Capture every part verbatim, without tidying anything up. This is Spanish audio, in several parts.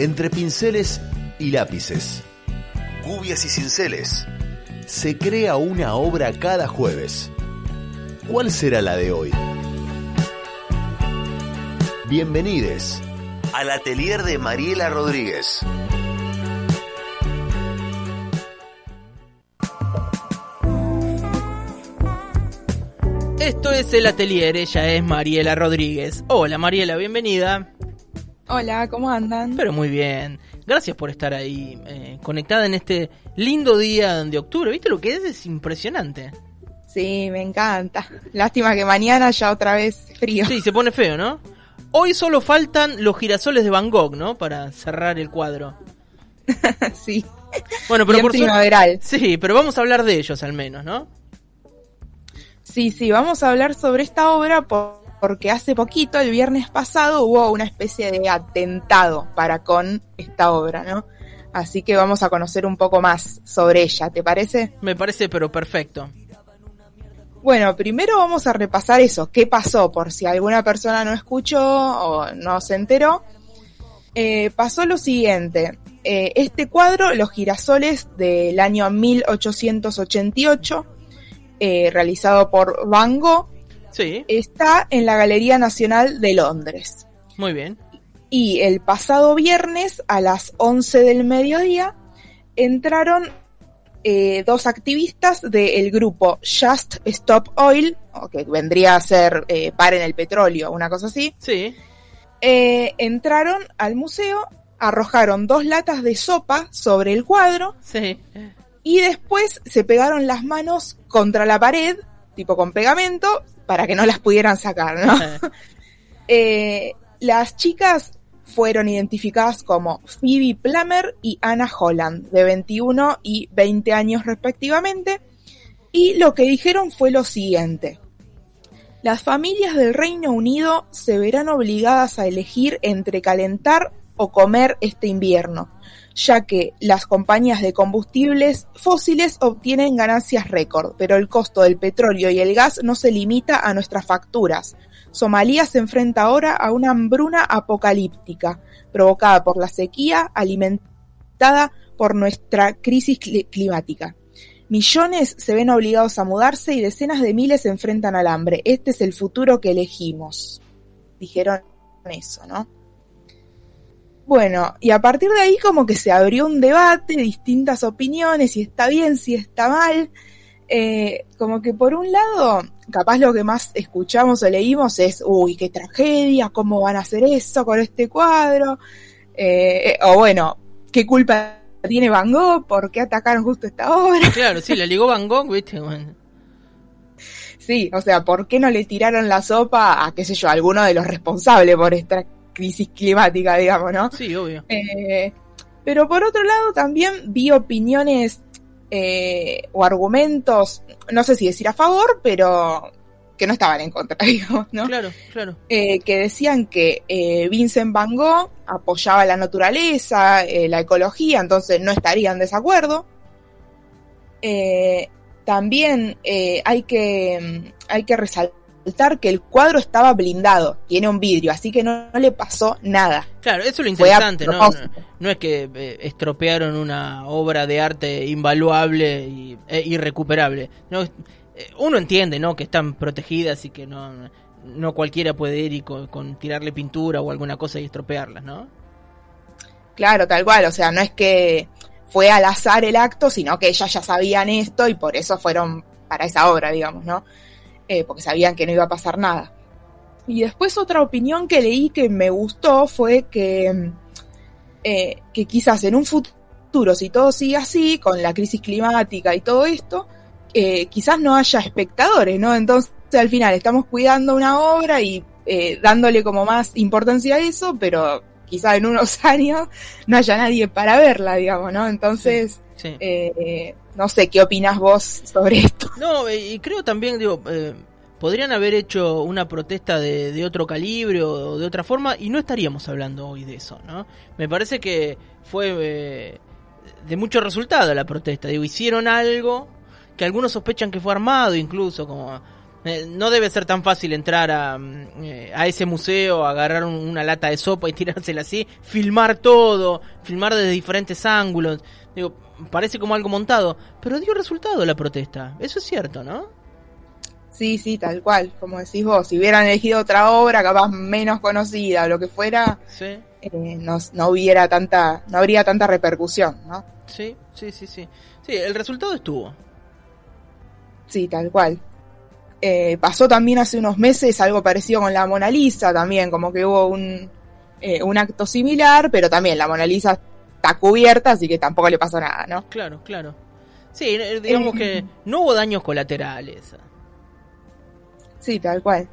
Entre pinceles y lápices, gubias y cinceles, se crea una obra cada jueves. ¿Cuál será la de hoy? Bienvenides al atelier de Mariela Rodríguez. Esto es El Atelier, ella es Mariela Rodríguez. Hola Mariela, bienvenida. Hola, ¿cómo andan? Pero muy bien, gracias por estar ahí, eh, conectada en este lindo día de octubre. ¿Viste lo que es? Es impresionante. Sí, me encanta. Lástima que mañana ya otra vez frío. Sí, se pone feo, ¿no? Hoy solo faltan los girasoles de Van Gogh, ¿no? Para cerrar el cuadro. Sí. Bueno, pero bien por primaveral. Su... Sí, pero vamos a hablar de ellos al menos, ¿no? Sí, sí, vamos a hablar sobre esta obra por, porque hace poquito, el viernes pasado, hubo una especie de atentado para con esta obra, ¿no? Así que vamos a conocer un poco más sobre ella, ¿te parece? Me parece, pero perfecto. Bueno, primero vamos a repasar eso, qué pasó, por si alguna persona no escuchó o no se enteró. Eh, pasó lo siguiente, eh, este cuadro, Los girasoles del año mil ochocientos ochenta y ocho, eh, realizado por Van Gogh, sí, está en la Galería Nacional de Londres. Muy bien. Y el pasado viernes a las once del mediodía entraron Eh, dos activistas del grupo Just Stop Oil, o que vendría a ser eh, Paren el Petróleo, una cosa así. Sí. Eh, entraron al museo, arrojaron dos latas de sopa sobre el cuadro. Sí. Y después se pegaron las manos contra la pared, tipo con pegamento, para que no las pudieran sacar, ¿no? eh, las chicas fueron identificadas como Phoebe Plummer y Anna Holland, de veintiuno y veinte años respectivamente, y lo que dijeron fue lo siguiente: las familias del Reino Unido se verán obligadas a elegir entre calentar o comer este invierno, ya que las compañías de combustibles fósiles obtienen ganancias récord, pero el costo del petróleo y el gas no se limita a nuestras facturas. Somalia se enfrenta ahora a una hambruna apocalíptica, provocada por la sequía, alimentada por nuestra crisis cl- climática. Millones se ven obligados a mudarse y decenas de miles se enfrentan al hambre. Este es el futuro que elegimos. Dijeron eso, ¿no? Bueno, y a partir de ahí como que se abrió un debate, distintas opiniones, si está bien, si está mal. Eh, como que por un lado, capaz lo que más escuchamos o leímos es, uy, qué tragedia, cómo van a hacer eso con este cuadro, eh, o bueno, qué culpa tiene Van Gogh, por qué atacaron justo esta obra. Claro, sí, la ligó Van Gogh, viste, bueno. Sí, o sea, ¿por qué no le tiraron la sopa a, qué sé yo, a alguno de los responsables por esta crisis climática, digamos, ¿no? Sí, obvio. Eh, pero por otro lado también vi opiniones Eh, o argumentos, no sé si decir a favor, pero que no estaban en contra, digamos, ¿no? Claro, claro. Eh, que decían que eh, Vincent Van Gogh apoyaba la naturaleza, eh, la ecología, entonces no estaría en desacuerdo. Eh, también eh, hay que hay que resaltar que el cuadro estaba blindado, tiene un vidrio, así que no, no le pasó nada. Claro, eso es lo interesante, ¿no? No, no es que eh, estropearon una obra de arte invaluable y e irrecuperable. No, eh, uno entiende, ¿no? Que están protegidas y que no, no cualquiera puede ir y con, con tirarle pintura o alguna cosa y estropearlas, ¿no? Claro, tal cual, o sea, no es que fue al azar el acto, sino que ellas ya sabían esto y por eso fueron para esa obra, digamos, ¿no? Eh, porque sabían que no iba a pasar nada. Y después otra opinión que leí que me gustó fue que, eh, que quizás en un futuro, si todo sigue así, con la crisis climática y todo esto, eh, quizás no haya espectadores, ¿no? Entonces al final estamos cuidando una obra y eh, dándole como más importancia a eso, pero quizás en unos años no haya nadie para verla, digamos, ¿no? Entonces... Sí. Sí. Eh, no sé, ¿qué opinás vos sobre esto? No, y creo también, digo, eh, podrían haber hecho una protesta de, de otro calibre o de otra forma y no estaríamos hablando hoy de eso, ¿no? Me parece que fue eh, de mucho resultado la protesta, digo, hicieron algo que algunos sospechan que fue armado incluso, como Eh, no debe ser tan fácil entrar a, eh, a ese museo, agarrar un, una lata de sopa y tirársela así, filmar todo, filmar desde diferentes ángulos. Digo, parece como algo montado, pero dio resultado la protesta. Eso es cierto, ¿no? Sí, sí, tal cual, como decís vos. Si hubieran elegido otra obra, capaz menos conocida o lo que fuera, sí. eh, no, no hubiera tanta, no habría tanta repercusión, ¿no? Sí, sí, sí, sí. Sí, el resultado estuvo. Sí, tal cual. Eh, pasó también hace unos meses algo parecido con la Mona Lisa, también como que hubo un, eh, un acto similar, pero también la Mona Lisa está cubierta, así que tampoco le pasó nada, ¿no? Claro, claro. Sí, digamos eh, que no hubo daños colaterales. Sí, tal cual.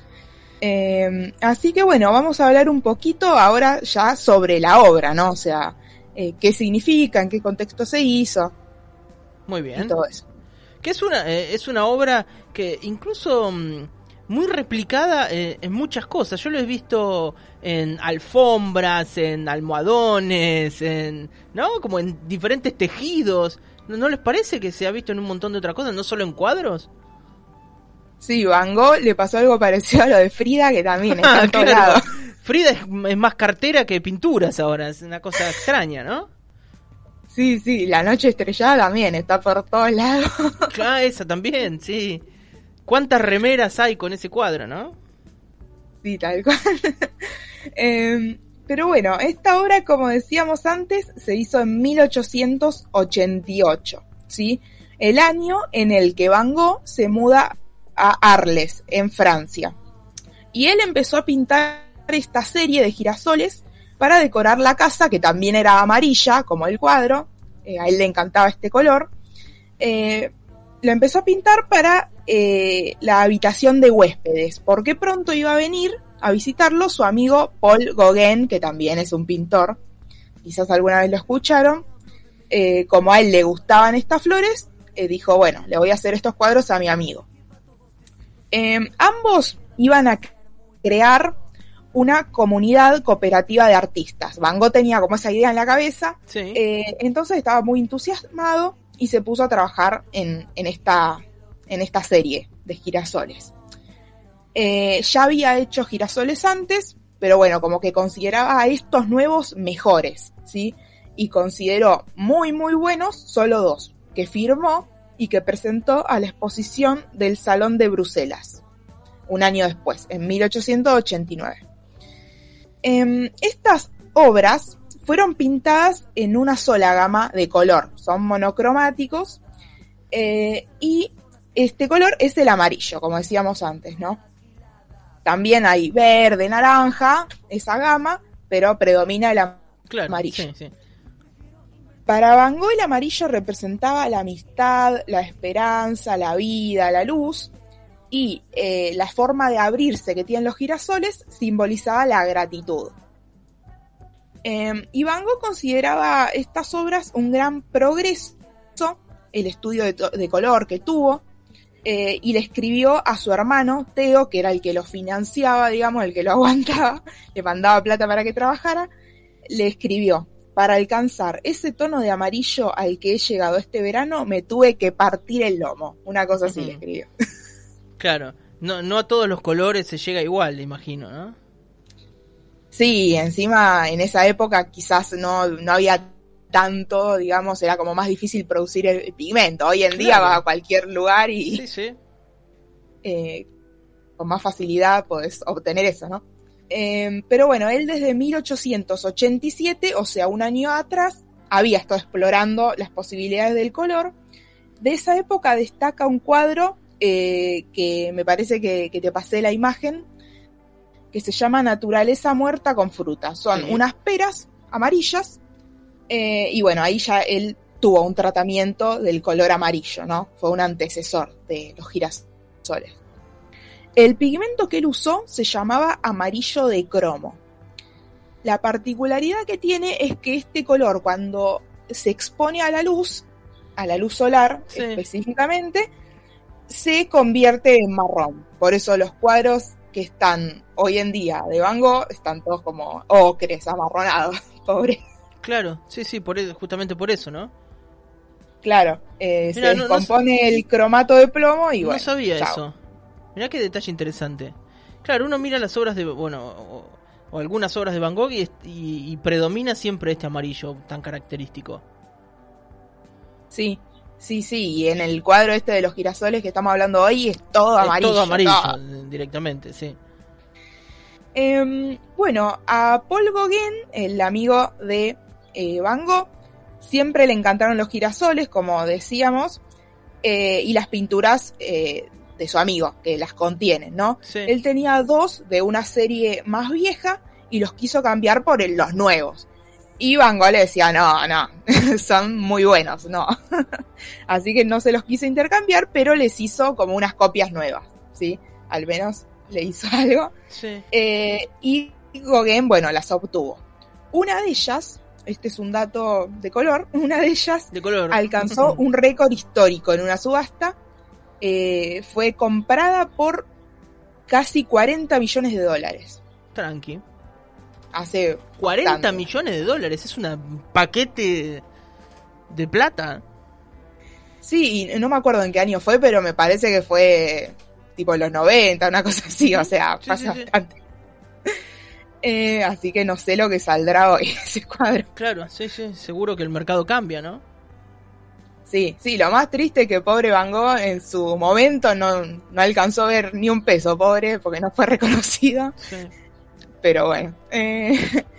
Eh, así que bueno, vamos a hablar un poquito ahora ya sobre la obra, ¿no? O sea, eh, qué significa, en qué contexto se hizo. Muy bien. Y todo eso. Que es una, eh, es una obra que incluso mmm, muy replicada eh, en muchas cosas. Yo lo he visto en alfombras, en almohadones, en, ¿no? Como en diferentes tejidos. ¿No, ¿No les parece que se ha visto en un montón de otras cosas, no solo en cuadros? Sí, Van Gogh le pasó algo parecido a lo de Frida, que también está en todos claro. lados. Frida es, es más cartera que pinturas ahora, es una cosa extraña, ¿no? Sí, sí, La Noche Estrellada también está por todos lados. Ah, esa también, sí. ¿Cuántas remeras hay con ese cuadro, no? Sí, tal cual. eh, pero bueno, esta obra, como decíamos antes, se hizo en mil ochocientos ochenta y ocho, ¿sí? El año en el que Van Gogh se muda a Arles, en Francia. Y él empezó a pintar esta serie de girasoles para decorar la casa, que también era amarilla, como el cuadro. Eh, a él le encantaba este color. Eh, lo empezó a pintar para eh, la habitación de huéspedes, porque pronto iba a venir a visitarlo su amigo Paul Gauguin, que también es un pintor. Quizás alguna vez lo escucharon. Eh, como a él le gustaban estas flores, eh, dijo, bueno, le voy a hacer estos cuadros a mi amigo. Eh, ambos iban a crear una comunidad cooperativa de artistas. Van Gogh tenía como esa idea en la cabeza, sí. eh, entonces estaba muy entusiasmado y se puso a trabajar en, en, esta, en esta serie de girasoles. Eh, ya había hecho girasoles antes, pero bueno, como que consideraba a estos nuevos mejores, ¿sí? Y consideró muy muy buenos solo dos, que firmó y que presentó a la exposición del Salón de Bruselas, un año después, en mil ochocientos ochenta y nueve. Eh, estas obras fueron pintadas en una sola gama de color, son monocromáticos, eh, y este color es el amarillo, como decíamos antes, ¿no? También hay verde, naranja, esa gama, pero predomina el claro, amarillo. Sí, sí. Para Van Gogh el amarillo representaba la amistad, la esperanza, la vida, la luz, y eh, la forma de abrirse que tienen los girasoles simbolizaba la gratitud. Eh, y Van Gogh consideraba estas obras un gran progreso, el estudio de, to- de color que tuvo, eh, y le escribió a su hermano Theo, que era el que lo financiaba, digamos, el que lo aguantaba, le mandaba plata para que trabajara, le escribió: para alcanzar ese tono de amarillo al que he llegado este verano, me tuve que partir el lomo. Una cosa así uh-huh. le escribió. Claro, no, no a todos los colores se llega igual, imagino, ¿no? Sí, encima en esa época quizás no, no había tanto, digamos, era como más difícil producir el pigmento. Hoy en claro. día vas a cualquier lugar y sí, sí. Eh, con más facilidad podés obtener eso, ¿no? Eh, pero bueno, él desde mil ochocientos ochenta y siete, o sea, un año atrás, había estado explorando las posibilidades del color. De esa época destaca un cuadro eh, que me parece que, que te pasé la imagen, que se llama Naturaleza muerta con fruta. Son sí. unas peras amarillas, eh, y bueno, ahí ya él tuvo un tratamiento del color amarillo, ¿no? Fue un antecesor de los girasoles. El pigmento que él usó se llamaba amarillo de cromo. La particularidad que tiene es que este color, cuando se expone a la luz, a la luz solar sí. específicamente, se convierte en marrón. Por eso los cuadros que están hoy en día de Van Gogh están todos como ocres, amarronados, pobre. Claro, sí, sí, por eso, justamente por eso, ¿no? Claro, eh, Mirá, se no, descompone no, el cromato de plomo y no bueno. No sabía chao. eso. Mirá qué detalle interesante. Claro, uno mira las obras de, bueno, o, o algunas obras de Van Gogh y, y, y predomina siempre este amarillo tan característico. Sí, sí, sí, y en el cuadro este de los girasoles que estamos hablando hoy es todo amarillo. Es todo amarillo, todo. Directamente, sí. Eh, bueno, a Paul Gauguin, el amigo de eh, Van Gogh, siempre le encantaron los girasoles, como decíamos, eh, y las pinturas eh, de su amigo, que las contienen, ¿no? Sí. Él tenía dos de una serie más vieja y los quiso cambiar por el, los nuevos. Y Van Gogh le decía, no, no, son muy buenos, no. Así que no se los quiso intercambiar, pero les hizo como unas copias nuevas, ¿sí? Al menos le hizo algo. Sí. Eh, y Gauguin, bueno, las obtuvo. Una de ellas, este es un dato de color, una de ellas de color. alcanzó un récord histórico en una subasta. Eh, fue comprada por casi cuarenta millones de dólares. Tranqui. Hace cuarenta bastante. millones de dólares, es un paquete de plata. Sí, y no me acuerdo en qué año fue, pero me parece que fue tipo en los noventa, una cosa así, o sea, sí, pasa sí, sí. bastante. Eh, así que no sé lo que saldrá hoy ese cuadro. Claro, sí, sí, seguro que el mercado cambia, ¿no? Sí, sí, lo más triste es que pobre Van Gogh en su momento no, no alcanzó a ver ni un peso, pobre, porque no fue reconocido. Sí. Pero bueno. Eh,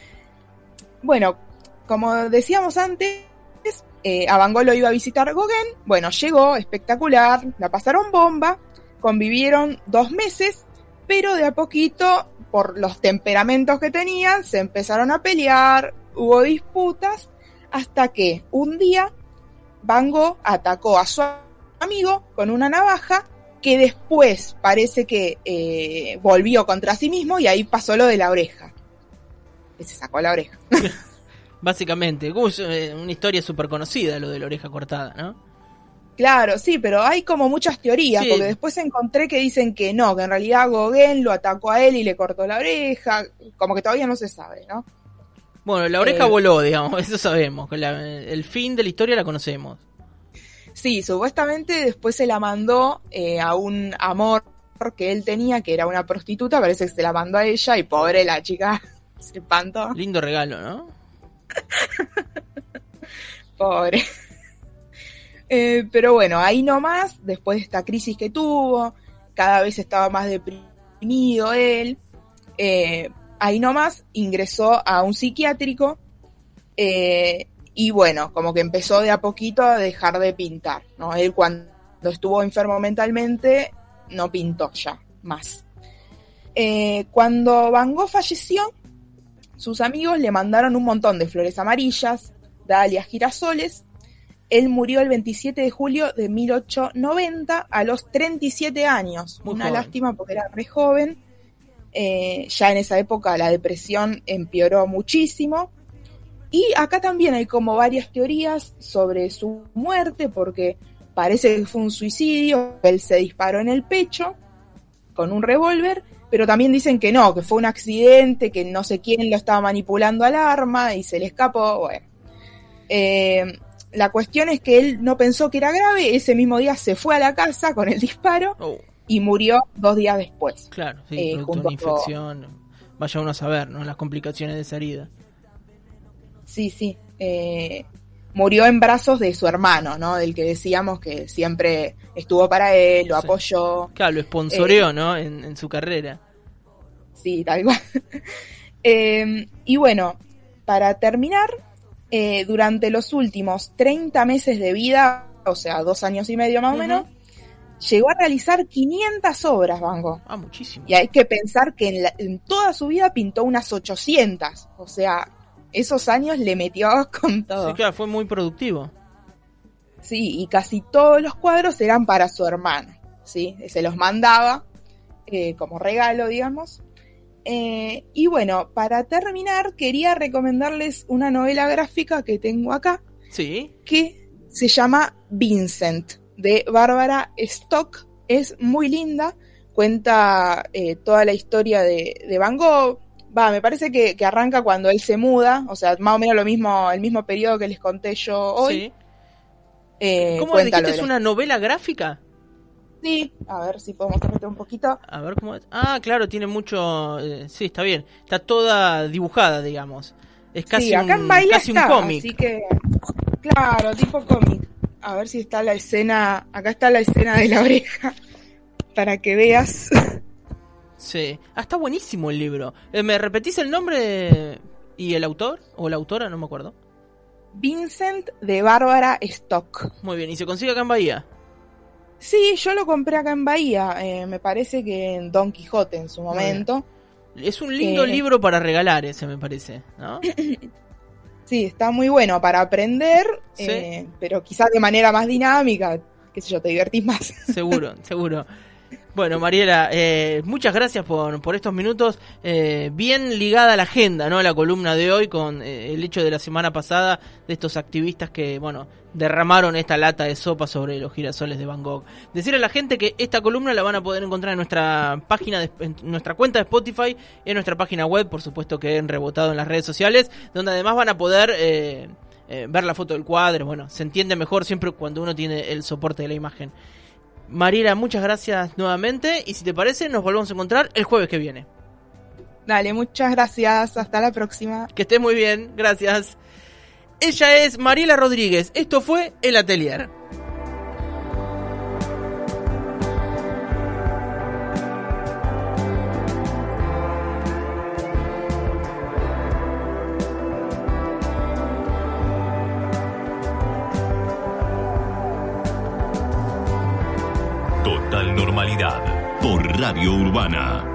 bueno, como decíamos antes, eh, a Van Gogh lo iba a visitar Gauguin. Bueno, llegó, espectacular, la pasaron bomba, convivieron dos meses, pero de a poquito, por los temperamentos que tenían, se empezaron a pelear, hubo disputas, hasta que un día Van Gogh atacó a su amigo con una navaja, que después parece que eh, volvió contra sí mismo y ahí pasó lo de la oreja. Que se sacó la oreja. Básicamente, como es, eh, una historia súper conocida lo de la oreja cortada, ¿no? Claro, sí, pero hay como muchas teorías, Sí. porque después encontré que dicen que no, que en realidad Gauguin lo atacó a él y le cortó la oreja, como que todavía no se sabe, ¿no? Bueno, la oreja Eh, voló, digamos, eso sabemos, que la- el fin de la historia la conocemos. Sí, supuestamente después se la mandó eh, a un amor que él tenía, que era una prostituta, parece que se la mandó a ella y pobre la chica se espantó. Lindo regalo, ¿no? Pobre. Eh, pero bueno, ahí nomás, después de esta crisis que tuvo, cada vez estaba más deprimido él, eh, ahí nomás ingresó a un psiquiátrico eh, y bueno, como que empezó de a poquito a dejar de pintar, ¿no? Él cuando estuvo enfermo mentalmente no pintó ya más. Eh, cuando Van Gogh falleció, sus amigos le mandaron un montón de flores amarillas, dalias, girasoles. Él murió el veintisiete de julio de mil ochocientos noventa a los treinta y siete años. Muy Una joven. lástima porque era re joven. Eh, ya en esa época la depresión empeoró muchísimo. Y acá también hay como varias teorías sobre su muerte, porque parece que fue un suicidio. Él se disparó en el pecho con un revólver, pero también dicen que no, que fue un accidente, que no sé quién lo estaba manipulando al arma y se le escapó. Bueno. Eh, La cuestión es que él no pensó que era grave, ese mismo día se fue a la casa con el disparo Oh, y murió dos días después. claro, sí, Eh, producto de junto una infección. Vaya uno a saber, ¿no? Las complicaciones de esa herida. Sí, sí. Eh, murió en brazos de su hermano, ¿no? Del que decíamos que siempre estuvo para él, lo Sí. apoyó. Claro, lo sponsoreó, ¿no? En, en su carrera. Sí, tal cual. eh, y bueno, para terminar, eh, durante los últimos treinta meses de vida, o sea, dos años y medio más Ujú. o menos, llegó a realizar quinientas obras, Van Gogh. Ah, muchísimo. Y hay que pensar que en, la- en toda su vida pintó unas ochocientas. O sea, esos años le metió con todo. Sí, claro, fue muy productivo. Sí, y casi todos los cuadros eran para su hermano, ¿sí? Se los mandaba eh, como regalo, digamos. Eh, y bueno, para terminar, quería recomendarles una novela gráfica que tengo acá, Sí. que se llama Vincent, de Bárbara Stock. Es muy linda, cuenta eh, toda la historia de, de Van Gogh. Va, me parece que, que arranca cuando él se muda, o sea, más o menos lo mismo, el mismo periodo que les conté yo hoy. Sí. Eh, ¿Cómo cuenta dijiste? lo de ¿Es la- una novela gráfica? Sí, a ver si podemos acercar un poquito. A ver cómo es. Ah, claro, tiene mucho... Eh, sí, está bien. Está toda dibujada, digamos. Es casi sí, acá un, en Bahía casi está, un cómic. Así que, claro, tipo cómic. A ver si está la escena... Acá está la escena de la oreja. Para que veas. Sí. Ah, está buenísimo el libro. Eh, ¿Me repetís el nombre y el autor? ¿O la autora? No me acuerdo. Vincent de Bárbara Stock. Muy bien. ¿Y se consigue acá en Bahía? Sí, yo lo compré acá en Bahía. Eh, me parece que en Don Quijote en su momento. Es un lindo eh... libro para regalar ese, me parece, ¿no? Sí, está muy bueno para aprender, ¿Sí? eh, pero quizás de manera más dinámica, qué sé yo, te divertís más. Seguro, seguro. Bueno, Mariela, eh, muchas gracias por, por estos minutos. Eh, bien ligada a la agenda, ¿no? La columna de hoy con eh, el hecho de la semana pasada de estos activistas que, bueno, derramaron esta lata de sopa sobre los girasoles de Van Gogh. Decirle a la gente que esta columna la van a poder encontrar en nuestra página, de, en nuestra cuenta de Spotify, en nuestra página web, por supuesto que en rebotado en las redes sociales, donde además van a poder eh, eh, ver la foto del cuadro. Bueno, se entiende mejor siempre cuando uno tiene el soporte de la imagen. Mariela, muchas gracias nuevamente y si te parece nos volvemos a encontrar el jueves que viene. Dale, muchas gracias, hasta la próxima. Que estés muy bien, gracias. Ella es Mariela Rodríguez, esto fue El Atelier. Total Normalidad por Radio Urbana.